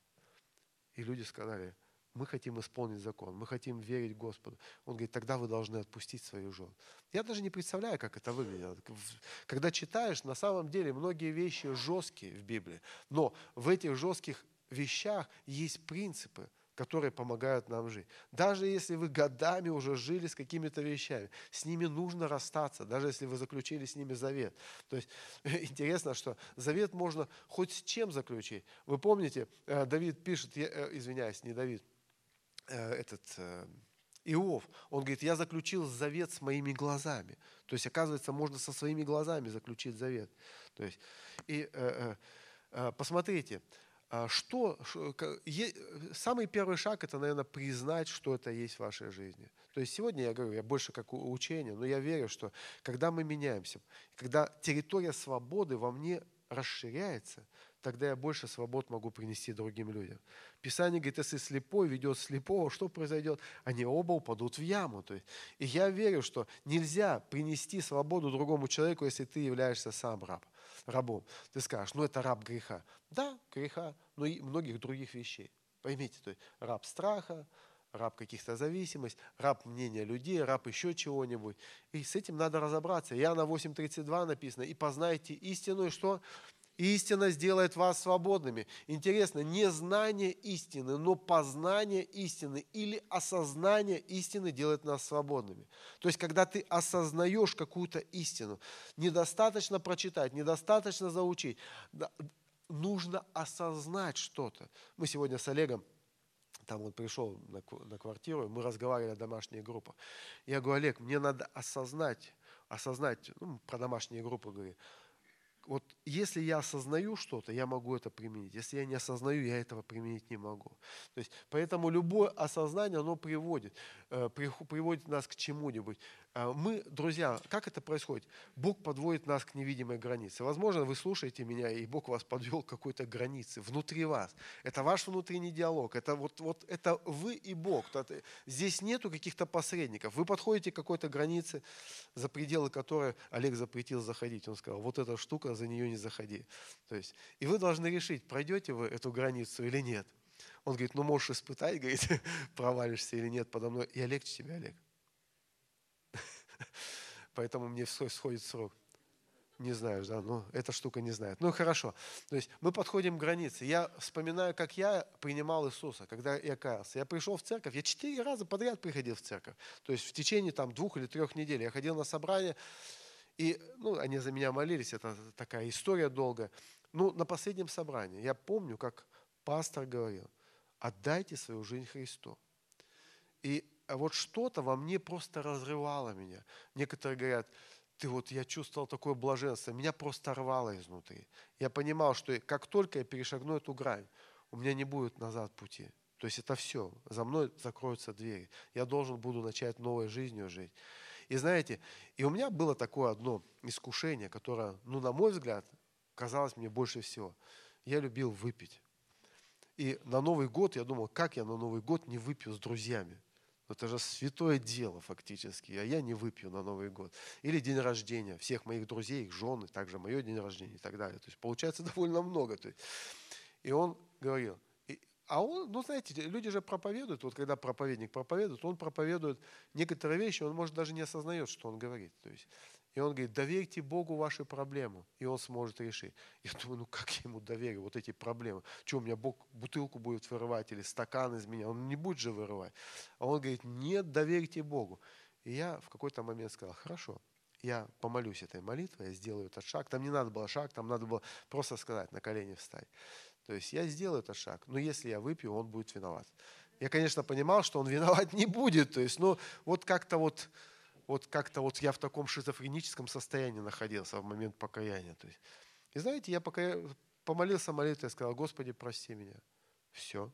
И люди сказали, мы хотим исполнить закон, мы хотим верить Господу. Он говорит, тогда вы должны отпустить свою жену. Я даже не представляю, как это выглядело. Когда читаешь, на самом деле многие вещи жесткие в Библии, но в этих жестких вещах есть принципы, которые помогают нам жить. Даже если вы годами уже жили с какими-то вещами, с ними нужно расстаться, даже если вы заключили с ними завет. То есть интересно, что завет можно хоть с чем заключить. Вы помните, Давид пишет, я, извиняюсь, не Давид, этот Иов, он говорит, я заключил завет с моими глазами. То есть, оказывается, можно со своими глазами заключить завет. То есть, и э, э, посмотрите, что, самый первый шаг, это, наверное, признать, что это есть в вашей жизни. То есть сегодня я говорю, я больше как учение, но я верю, что когда мы меняемся, когда территория свободы во мне расширяется, тогда я больше свобод могу принести другим людям. Писание говорит, если слепой ведет слепого, что произойдет? Они оба упадут в яму. То есть, и я верю, что нельзя принести свободу другому человеку, если ты являешься сам раб, рабом. Ты скажешь, ну это раб греха. Да, греха, но и многих других вещей. Поймите, то есть раб страха, раб каких-то зависимостей, раб мнения людей, раб еще чего-нибудь. И с этим надо разобраться. Иоанна восемь тридцать два написано, и познайте истину, и что? Истина сделает вас свободными. Интересно, не знание истины, но познание истины или осознание истины делает нас свободными. То есть, когда ты осознаешь какую-то истину, недостаточно прочитать, недостаточно заучить, нужно осознать что-то. Мы сегодня с Олегом, там он пришел на, на квартиру, мы разговаривали о домашних группах. Я говорю, Олег, мне надо осознать, осознать, ну, про домашние группы говорю, вот если я осознаю что-то, я могу это применить. Если я не осознаю, я этого применить не могу. То есть, поэтому любое осознание, оно приводит, э, приху- приводит нас к чему-нибудь. А Мы, друзья, как это происходит? Бог подводит нас к невидимой границе. Возможно, вы слушаете меня, и Бог вас подвел к какой-то границе внутри вас. Это ваш внутренний диалог. Это вот, вот это вы и Бог. Это- Здесь нету каких-то посредников. Вы подходите к какой-то границе, за пределы которой Олег запретил заходить. Он сказал, вот эта штука, за нее не заходи. То есть, и вы должны решить, пройдете вы эту границу или нет. Он говорит, ну можешь испытать, говорит, провалишься или нет подо мной. Я легче тебя, Олег. Поэтому мне всё сходит срок. Не знаешь, да, ну, эта штука не знает. Ну, хорошо. То есть мы подходим к границе. Я вспоминаю, как я принимал Иисуса, когда я каялся. Я пришел в церковь, я четыре раза подряд приходил в церковь. То есть в течение там двух или трех недель я ходил на собрание, и, ну, они за меня молились, это такая история долгая. Ну, на последнем собрании я помню, как пастор говорил, отдайте свою жизнь Христу. И вот что-то во мне просто разрывало меня. Некоторые говорят, ты вот, я чувствовал такое блаженство, меня просто рвало изнутри. Я понимал, что как только я перешагну эту грань, у меня не будет назад пути. То есть это все, за мной закроются двери. Я должен буду начать новой жизнью жить. И знаете, и у меня было такое одно искушение, которое, ну, на мой взгляд, казалось мне больше всего. Я любил выпить. И на Новый год я думал, как я на Новый год не выпью с друзьями. Это же святое дело фактически, а я не выпью на Новый год. Или день рождения всех моих друзей, их жены, также мое день рождения и так далее. То есть получается довольно много. То есть. И он говорил, и- а он, ну знаете, люди же проповедуют, вот когда проповедник проповедует, он проповедует некоторые вещи, он может даже не осознает, что он говорит. То есть, и он говорит, доверьте Богу ваши проблемы, и он сможет решить. Я думаю, ну как я ему доверю вот эти проблемы? Что, у меня Бог бутылку будет вырывать или стакан из меня? Он не будет же вырывать. А он говорит, нет, доверьте Богу. И я в какой-то момент сказал, хорошо, я помолюсь этой молитвой, я сделаю этот шаг. Там не надо было шаг, там надо было просто сказать, на колени встать. То есть я сделаю этот шаг, но если я выпью, он будет виноват. Я, конечно, понимал, что он виноват не будет. То есть, ну, вот как-то вот, вот как-то вот я в таком шизофреническом состоянии находился в момент покаяния. То есть, и знаете, я пока помолился молитвой, я сказал, Господи, прости меня. Все.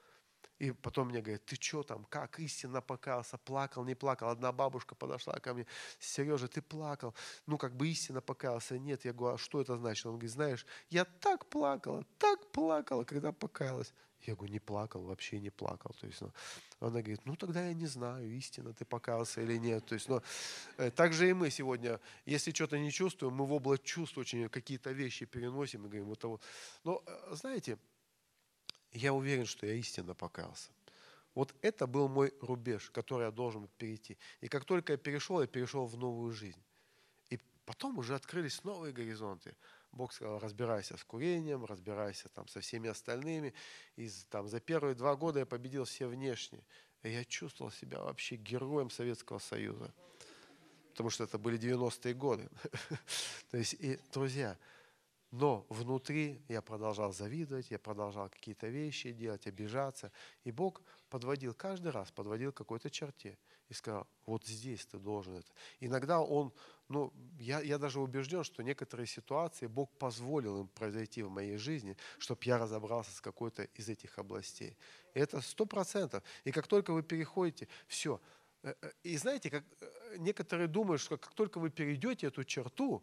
И потом мне говорят, ты что там, как истинно покаялся, плакал, не плакал. Одна бабушка подошла ко мне, Сережа, ты плакал, ну как бы истинно покаялся. Нет, я говорю, а что это значит? Он говорит, знаешь, я так плакала, так плакала, когда покаялась. Я говорю, не плакал, вообще не плакал. То есть, ну, она говорит, ну тогда я не знаю, истинно ты покаялся или нет. То есть, ну, э, так же и мы сегодня, если что-то не чувствуем, мы в область чувств очень какие-то вещи переносим и говорим, вот того. Но, э, знаете, я уверен, что я истинно покаялся. Вот это был мой рубеж, который я должен был перейти. И как только я перешел, я перешел в новую жизнь. И потом уже открылись новые горизонты. Бог сказал, разбирайся с курением, разбирайся там со всеми остальными. И з- там, за первые два года я победил все внешние. И я чувствовал себя вообще героем Советского Союза. Потому что это были девяностые годы. То есть, и, друзья, но внутри я продолжал завидовать, я продолжал какие-то вещи делать, обижаться. И Бог подводил, каждый раз подводил к какой-то черте. И сказал, вот здесь ты должен это. Иногда Он, ну, я, я даже убежден, что некоторые ситуации Бог позволил им произойти в моей жизни, чтобы я разобрался с какой-то из этих областей. И это сто процентов. И как только вы переходите, все. И знаете, как э, некоторые думают, что как только вы перейдете эту черту,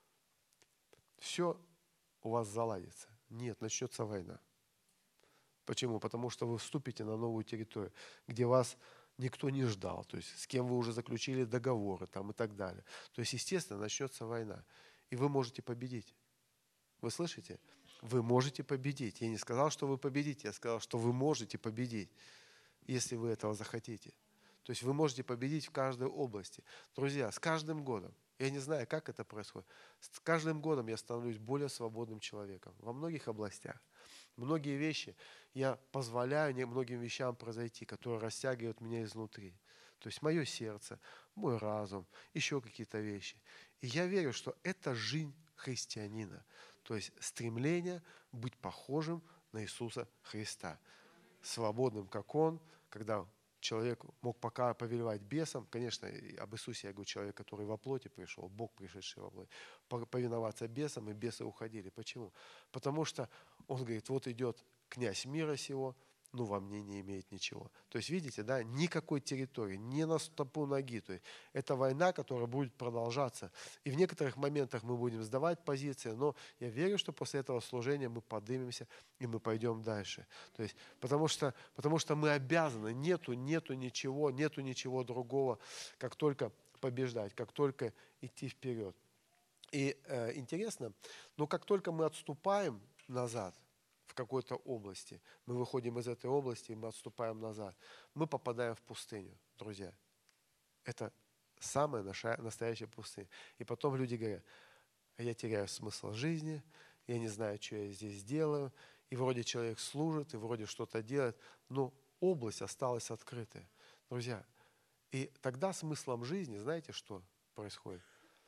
все у вас заладится. Нет, начнется война. Почему? Потому что вы вступите на новую территорию, где вас никто не ждал, то есть с кем вы уже заключили договоры там, и так далее. То есть, естественно, начнется война. И вы можете победить. Вы слышите? Вы можете победить. Я не сказал, что вы победите, я сказал, что вы можете победить, если вы этого захотите. То есть вы можете победить в каждой области. Друзья, с каждым годом, я не знаю, как это происходит, с каждым годом я становлюсь более свободным человеком во многих областях. Многие вещи я позволяю не- многим вещам произойти, которые растягивают меня изнутри. То есть мое сердце, мой разум, еще какие-то вещи. И я верю, что это жизнь христианина. То есть стремление быть похожим на Иисуса Христа. Свободным, как Он, когда человек мог пока повелевать бесом. Конечно, об Иисусе я говорю, человек, который во плоти пришел, Бог, пришедший во плоти, повиноваться бесам, и бесы уходили. Почему? Потому что он говорит, вот идет князь мира сего, ну, во мне не имеет ничего. То есть, видите, да, никакой территории, ни на стопу ноги. То есть, это война, которая будет продолжаться. И в некоторых моментах мы будем сдавать позиции, но я верю, что после этого служения мы поднимемся и мы пойдем дальше. То есть, потому что, потому что мы обязаны, нету, нету ничего, нету ничего другого, как только побеждать, как только идти вперед. И э, интересно, но как только мы отступаем назад, в какой-то области. Мы выходим из этой области, мы отступаем назад. Мы попадаем в пустыню, друзья. Это самая наша, настоящая пустыня. И потом люди говорят, я теряю смысл жизни, я не знаю, что я здесь делаю. И вроде человек служит, и вроде что-то делает, но область осталась открытая. Друзья, и тогда смыслом жизни, знаете, что происходит?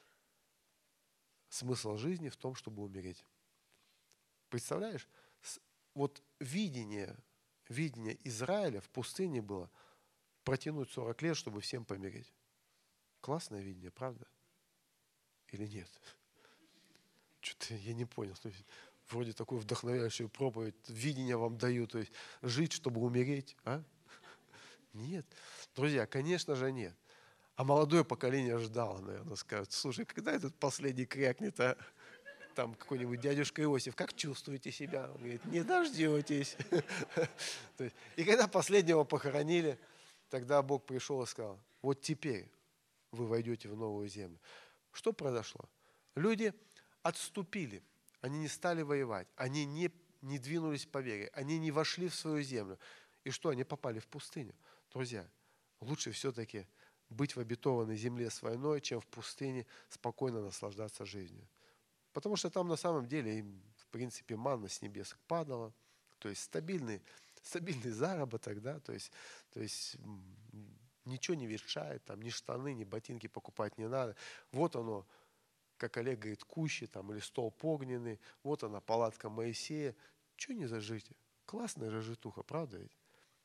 Смысл жизни в том, чтобы умереть. Представляешь? Вот видение, видение Израиля в пустыне было протянуть сорок лет, чтобы всем помереть. Классное видение, правда? Или нет? Что-то я не понял. Вроде такую вдохновляющую проповедь, видение вам даю, то есть жить, чтобы умереть, а? Нет. Друзья, конечно же нет. А молодое поколение ждало, наверное, скажет, слушай, когда этот последний крякнет, а? Там какой-нибудь дядюшка Иосиф, как чувствуете себя? Он говорит, не дождетесь. И когда последнего похоронили, тогда Бог пришел и сказал, вот теперь вы войдете в новую землю. Что произошло? Люди отступили, они не стали воевать, они не, не двинулись по вере, они не вошли в свою землю. И что, они попали в пустыню. Друзья, лучше все-таки быть в обетованной земле с войной, чем в пустыне спокойно наслаждаться жизнью. Потому что там на самом деле им, в принципе, манна с небес падала, то есть стабильный, стабильный заработок, да, то есть, то есть ничего не ветшает, там, ни штаны, ни ботинки покупать не надо. Вот оно, как Олег говорит, кущи там, или столб огненный, вот она, палатка Моисея. Чего не за жить? Классная же житуха, правда ведь?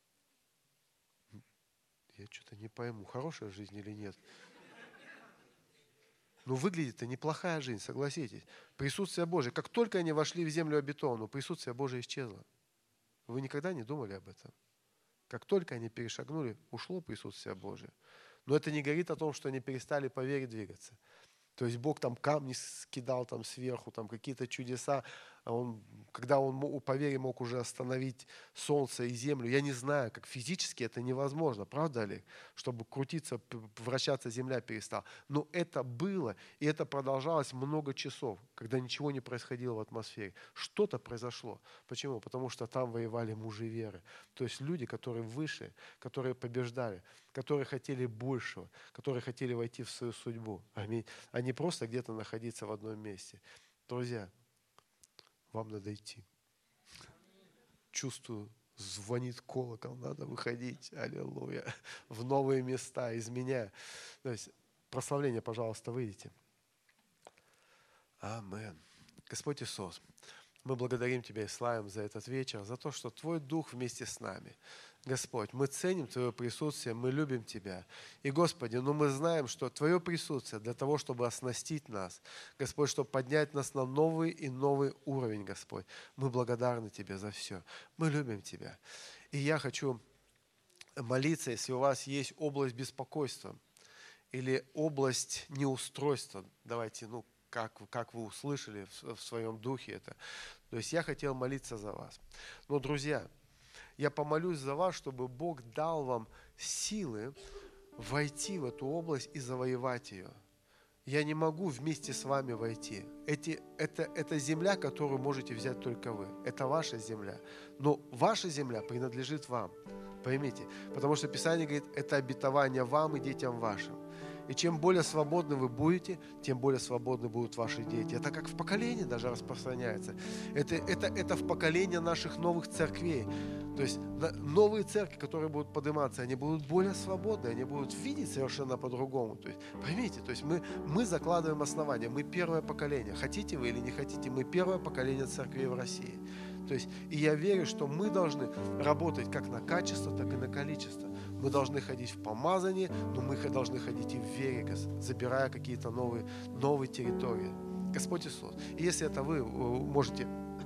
Я что-то не пойму, хорошая жизнь или нет. Но выглядит-то неплохая жизнь, согласитесь. Присутствие Божие. Как только они вошли в землю обетованную, присутствие Божие исчезло. Вы никогда не думали об этом? Как только они перешагнули, ушло присутствие Божие. Но это не говорит о том, что они перестали по вере двигаться. То есть Бог там камни скидал там сверху, там какие-то чудеса. Он, когда он по вере мог уже остановить солнце и землю, я не знаю, как физически это невозможно, правда, Олег? Чтобы крутиться, вращаться, земля перестала. Но это было, и это продолжалось много часов, когда ничего не происходило в атмосфере. Что-то произошло. Почему? Потому что там воевали мужи веры. То есть люди, которые выше, которые побеждали, которые хотели большего, которые хотели войти в свою судьбу. Аминь. А не просто где-то находиться в одном месте. Друзья, вам надо идти. Чувствую, звонит колокол, надо выходить, аллилуйя, в новые места, из меня. То есть, прославление, пожалуйста, выйдите. Амин. Господь Иисус, мы благодарим Тебя и славим за этот вечер, за то, что Твой Дух вместе с нами. Господь, мы ценим Твое присутствие, мы любим Тебя. И, Господи, ну мы знаем, что Твое присутствие для того, чтобы оснастить нас, Господь, чтобы поднять нас на новый и новый уровень, Господь. Мы благодарны Тебе за все. Мы любим Тебя. И я хочу молиться, если у вас есть область беспокойства или область неустройства, давайте, ну, как, как вы услышали в, в своем духе это. То есть я хотел молиться за вас. Но, друзья, я помолюсь за вас, чтобы Бог дал вам силы войти в эту область и завоевать ее. Я не могу вместе с вами войти. Эти, это, это земля, которую можете взять только вы. Это ваша земля. Но ваша земля принадлежит вам. Поймите. Потому что Писание говорит, это обетование вам и детям вашим. И чем более свободны вы будете, тем более свободны будут ваши дети. Это как в поколении даже распространяется. Это, это, это в поколение наших новых церквей. То есть новые церкви, которые будут подниматься, они будут более свободны, они будут видеть совершенно по-другому. То есть, поймите, то есть мы, мы закладываем основания, мы первое поколение. Хотите вы или не хотите, мы первое поколение церквей в России. То есть, и я верю, что мы должны работать как на качество, так и на количество. Мы должны ходить в помазании, но мы должны ходить и в вере, забирая какие-то новые, новые территории. Господь Иисус. И если это вы, вы можете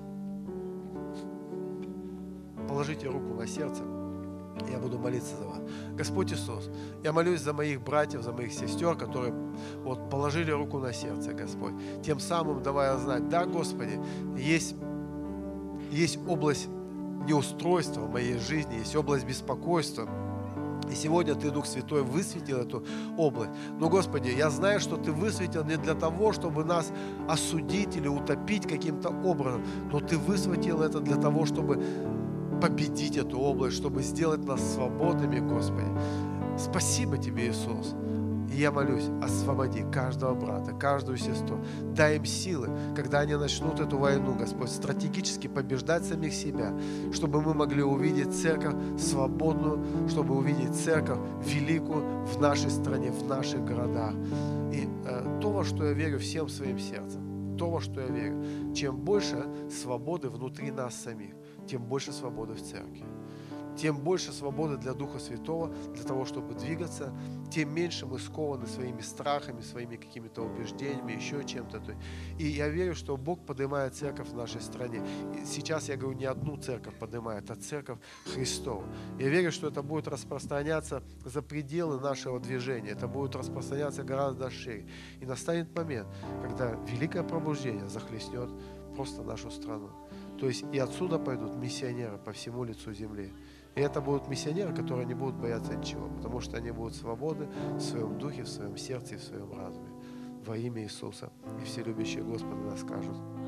положите руку на сердце, я буду молиться за вас. Господь Иисус, я молюсь за моих братьев, за моих сестер, которые вот положили руку на сердце, Господь. Тем самым давая знать, да, Господи, есть, есть область неустройства в моей жизни, есть область беспокойства. И сегодня Ты, Дух Святой, высветил эту область. Но, Господи, я знаю, что Ты высветил не для того, чтобы нас осудить или утопить каким-то образом, но Ты высветил это для того, чтобы победить эту область, чтобы сделать нас свободными, Господи. Спасибо Тебе, Иисус. И я молюсь, освободи каждого брата, каждую сестру. Дай им силы, когда они начнут эту войну, Господь, стратегически побеждать самих себя, чтобы мы могли увидеть церковь свободную, чтобы увидеть церковь великую в нашей стране, в наших городах. И э, то, во что я верю всем своим сердцем, то, во что я верю, чем больше свободы внутри нас самих, тем больше свободы в церкви. Тем больше свободы для Духа Святого, для того, чтобы двигаться, тем меньше мы скованы своими страхами, своими какими-то убеждениями, еще чем-то. И я верю, что Бог поднимает церковь в нашей стране. И сейчас я говорю, не одну церковь поднимает, а церковь Христову. Я верю, что это будет распространяться за пределы нашего движения, это будет распространяться гораздо шире. И настанет момент, когда великое пробуждение захлестнет просто нашу страну. То есть и отсюда пойдут миссионеры по всему лицу земли. И это будут миссионеры, которые не будут бояться ничего, потому что они будут свободны в своем духе, в своем сердце и в своем разуме. Во имя Иисуса. И все любящие Господа да скажут